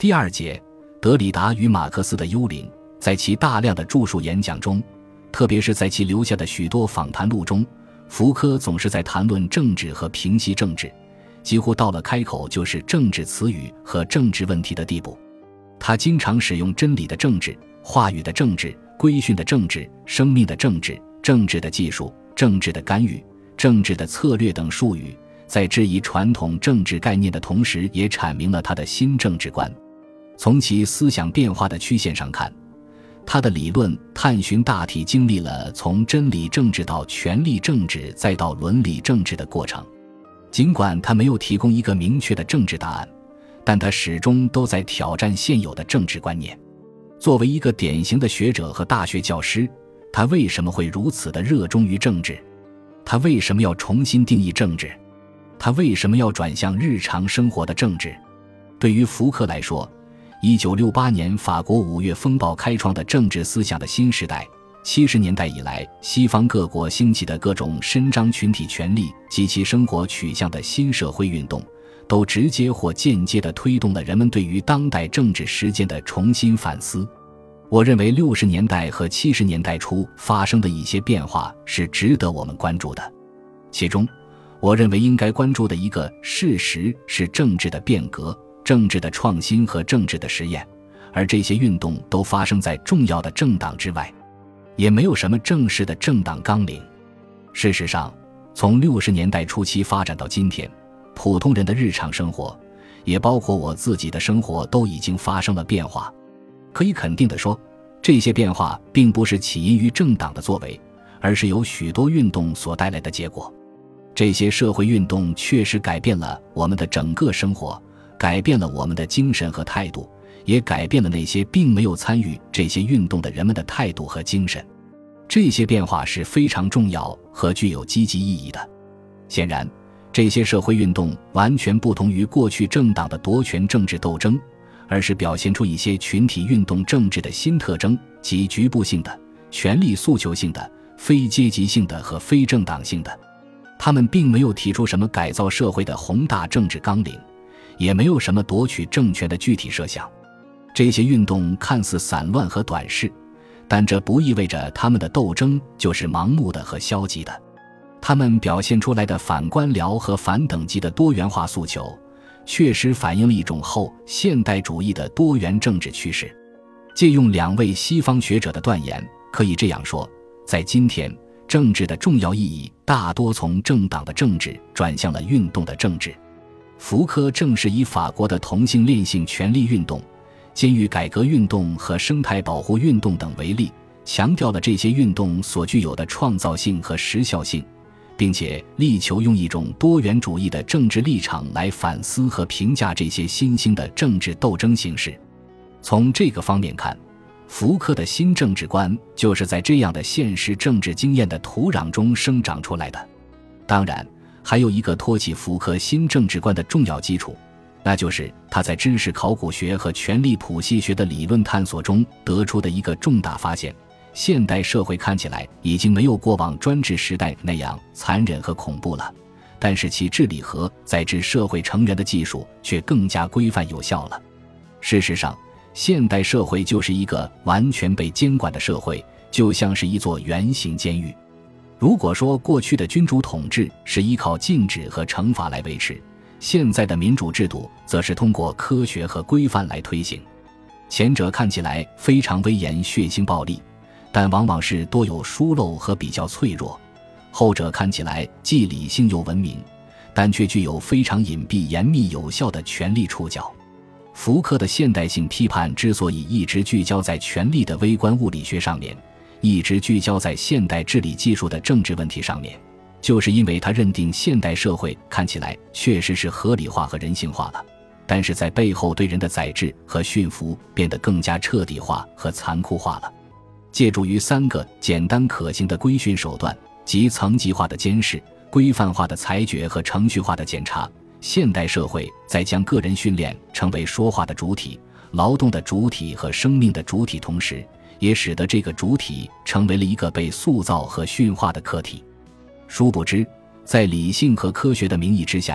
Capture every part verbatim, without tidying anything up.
第二节，德里达与马克思的幽灵。在其大量的著述演讲中，特别是在其留下的许多访谈录中，福柯总是在谈论政治和平息政治，几乎到了开口就是政治词语和政治问题的地步。他经常使用真理的政治、话语的政治、规训的政治、生命的政治、政治的技术、政治的干预、政治的策略等术语，在质疑传统政治概念的同时，也阐明了他的新政治观。从其思想变化的曲线上看，他的理论探寻大体经历了从真理政治到权力政治再到伦理政治的过程。尽管他没有提供一个明确的政治答案，但他始终都在挑战现有的政治观念。作为一个典型的学者和大学教师，他为什么会如此的热衷于政治？他为什么要重新定义政治？他为什么要转向日常生活的政治？对于福柯来说，一九六八年法国五月风暴开创的政治思想的新时代，七十年代以来西方各国兴起的各种伸张群体权利及其生活取向的新社会运动，都直接或间接地推动了人们对于当代政治实践的重新反思。我认为六十年代和七十年代初发生的一些变化是值得我们关注的。其中，我认为应该关注的一个事实是政治的变革、政治的创新和政治的实验，而这些运动都发生在重要的政党之外，也没有什么正式的政党纲领。事实上，从六十年代初期发展到今天，普通人的日常生活，也包括我自己的生活，都已经发生了变化。可以肯定地说，这些变化并不是起因于政党的作为，而是由许多运动所带来的结果。这些社会运动确实改变了我们的整个生活，改变了我们的精神和态度，也改变了那些并没有参与这些运动的人们的态度和精神。这些变化是非常重要和具有积极意义的。显然，这些社会运动完全不同于过去政党的夺权政治斗争，而是表现出一些群体运动政治的新特征，即局部性的、权力诉求性的、非阶级性的和非政党性的。他们并没有提出什么改造社会的宏大政治纲领，也没有什么夺取政权的具体设想。这些运动看似散乱和短视，但这不意味着他们的斗争就是盲目的和消极的。他们表现出来的反官僚和反等级的多元化诉求，确实反映了一种后现代主义的多元政治趋势。借用两位西方学者的断言，可以这样说，在今天，政治的重要意义大多从政党的政治转向了运动的政治。福柯正是以法国的同性恋性权利运动、监狱改革运动和生态保护运动等为例，强调了这些运动所具有的创造性和时效性，并且力求用一种多元主义的政治立场来反思和评价这些新兴的政治斗争形式。从这个方面看，福柯的新政治观就是在这样的现实政治经验的土壤中生长出来的。当然，还有一个托起福柯新政治观的重要基础，那就是他在知识考古学和权力谱系学的理论探索中得出的一个重大发现：现代社会看起来已经没有过往专制时代那样残忍和恐怖了，但是其治理和宰制社会成员的技术却更加规范有效了。事实上，现代社会就是一个完全被监管的社会，就像是一座圆形监狱。如果说过去的君主统治是依靠禁止和惩罚来维持，现在的民主制度则是通过科学和规范来推行。前者看起来非常威严、血腥、暴力，但往往是多有疏漏和比较脆弱；后者看起来既理性又文明，但却具有非常隐蔽、严密、有效的权力触角。福柯的现代性批判之所以一直聚焦在权力的微观物理学上面，一直聚焦在现代治理技术的政治问题上面，就是因为他认定现代社会看起来确实是合理化和人性化了，但是在背后对人的宰制和驯服变得更加彻底化和残酷化了。借助于三个简单可行的规训手段，即层级化的监视、规范化的裁决和程序化的检查，现代社会在将个人训练成为说话的主体、劳动的主体和生命的主体同时，也使得这个主体成为了一个被塑造和驯化的客体。殊不知，在理性和科学的名义之下，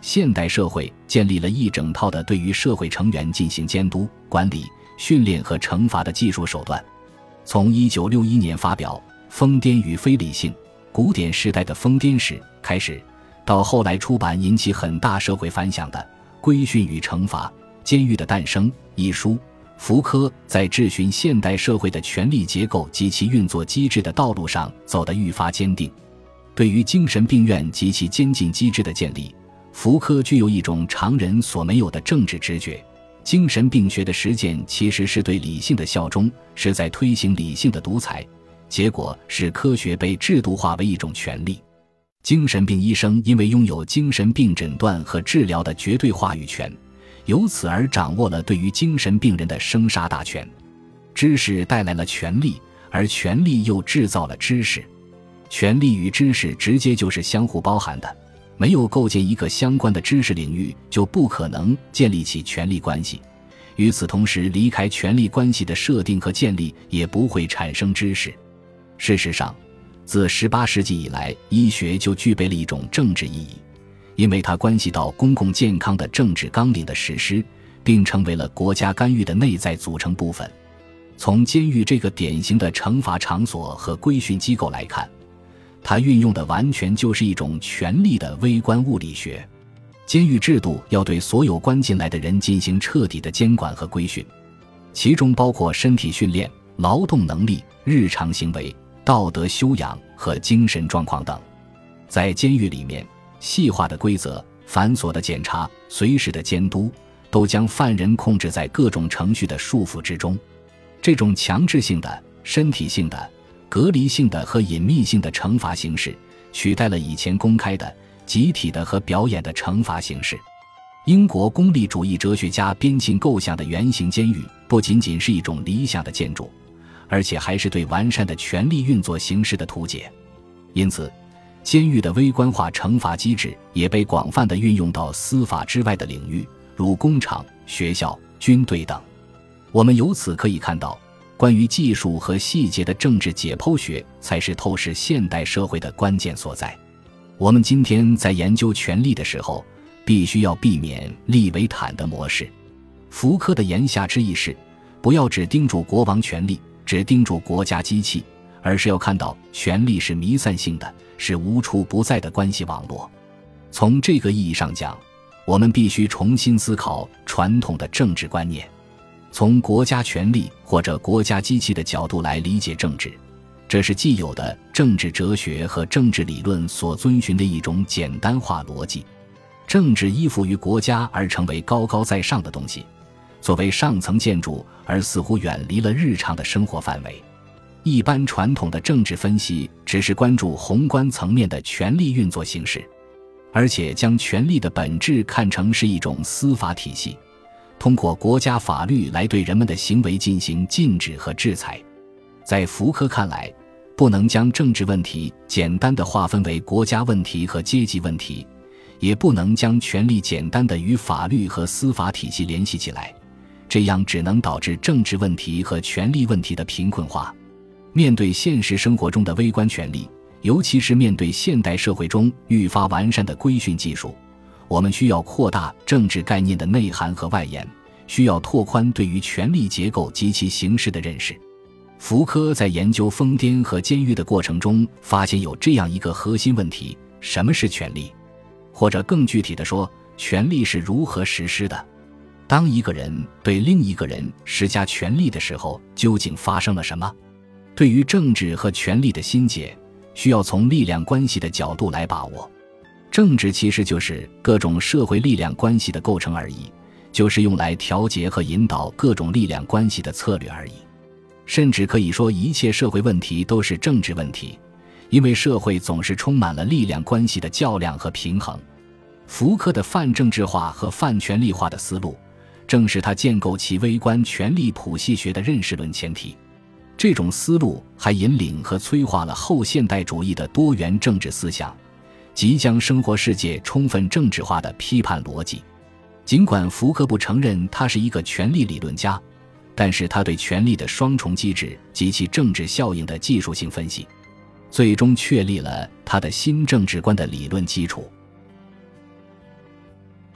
现代社会建立了一整套的对于社会成员进行监督、管理、训练和惩罚的技术手段。从一九六一年发表《疯癫与非理性：古典时代的疯癫史》开始，到后来出版引起很大社会反响的《规训与惩罚：监狱的诞生》一书，福柯在质询现代社会的权力结构及其运作机制的道路上走得愈发坚定。对于精神病院及其监禁机制的建立，福柯具有一种常人所没有的政治直觉。精神病学的实践其实是对理性的效忠，是在推行理性的独裁，结果是科学被制度化为一种权利。精神病医生因为拥有精神病诊断和治疗的绝对话语权，由此而掌握了对于精神病人的生杀大权。知识带来了权力，而权力又制造了知识。权力与知识直接就是相互包含的，没有构建一个相关的知识领域，就不可能建立起权力关系。与此同时，离开权力关系的设定和建立，也不会产生知识。事实上，自十八世纪以来，医学就具备了一种政治意义，因为它关系到公共健康的政治纲领的实施，并成为了国家干预的内在组成部分。从监狱这个典型的惩罚场所和规训机构来看，它运用的完全就是一种权力的微观物理学。监狱制度要对所有关进来的人进行彻底的监管和规训，其中包括身体训练、劳动能力、日常行为、道德修养和精神状况等。在监狱里面，细化的规则、繁琐的检查、随时的监督，都将犯人控制在各种程序的束缚之中。这种强制性的、身体性的、隔离性的和隐秘性的惩罚形式，取代了以前公开的、集体的和表演的惩罚形式。英国功利主义哲学家边沁构想的圆形监狱，不仅仅是一种理想的建筑，而且还是对完善的权力运作形式的图解。因此，监狱的微观化惩罚机制也被广泛地运用到司法之外的领域，如工厂、学校、军队等。我们由此可以看到，关于技术和细节的政治解剖学才是透视现代社会的关键所在。我们今天在研究权力的时候，必须要避免利维坦的模式。福柯的言下之意是，不要只盯住国王权力，只盯住国家机器，而是要看到权力是弥散性的，是无处不在的关系网络。从这个意义上讲，我们必须重新思考传统的政治观念，从国家权力或者国家机器的角度来理解政治，这是既有的政治哲学和政治理论所遵循的一种简单化逻辑。政治依附于国家而成为高高在上的东西，作为上层建筑而似乎远离了日常的生活范围。一般传统的政治分析只是关注宏观层面的权力运作形式，而且将权力的本质看成是一种司法体系，通过国家法律来对人们的行为进行禁止和制裁。在福柯看来，不能将政治问题简单地划分为国家问题和阶级问题，也不能将权力简单地与法律和司法体系联系起来，这样只能导致政治问题和权力问题的贫困化。面对现实生活中的微观权力，尤其是面对现代社会中愈发完善的规训技术，我们需要扩大政治概念的内涵和外延，需要拓宽对于权力结构及其形式的认识。福柯在研究疯癫和监狱的过程中，发现有这样一个核心问题：什么是权力？或者更具体地说，权力是如何实施的？当一个人对另一个人施加权力的时候，究竟发生了什么？对于政治和权力的心结，需要从力量关系的角度来把握。政治其实就是各种社会力量关系的构成而已，就是用来调节和引导各种力量关系的策略而已。甚至可以说，一切社会问题都是政治问题，因为社会总是充满了力量关系的较量和平衡。福柯的泛政治化和泛权力化的思路，正是他建构其微观权力谱系学的认识论前提。这种思路还引领和催化了后现代主义的多元政治思想，即将生活世界充分政治化的批判逻辑。尽管福柯不承认他是一个权力理论家，但是他对权力的双重机制及其政治效应的技术性分析，最终确立了他的新政治观的理论基础。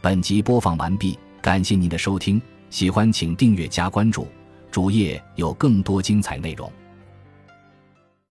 本集播放完毕，感谢您的收听，喜欢请订阅加关注，主页有更多精彩内容。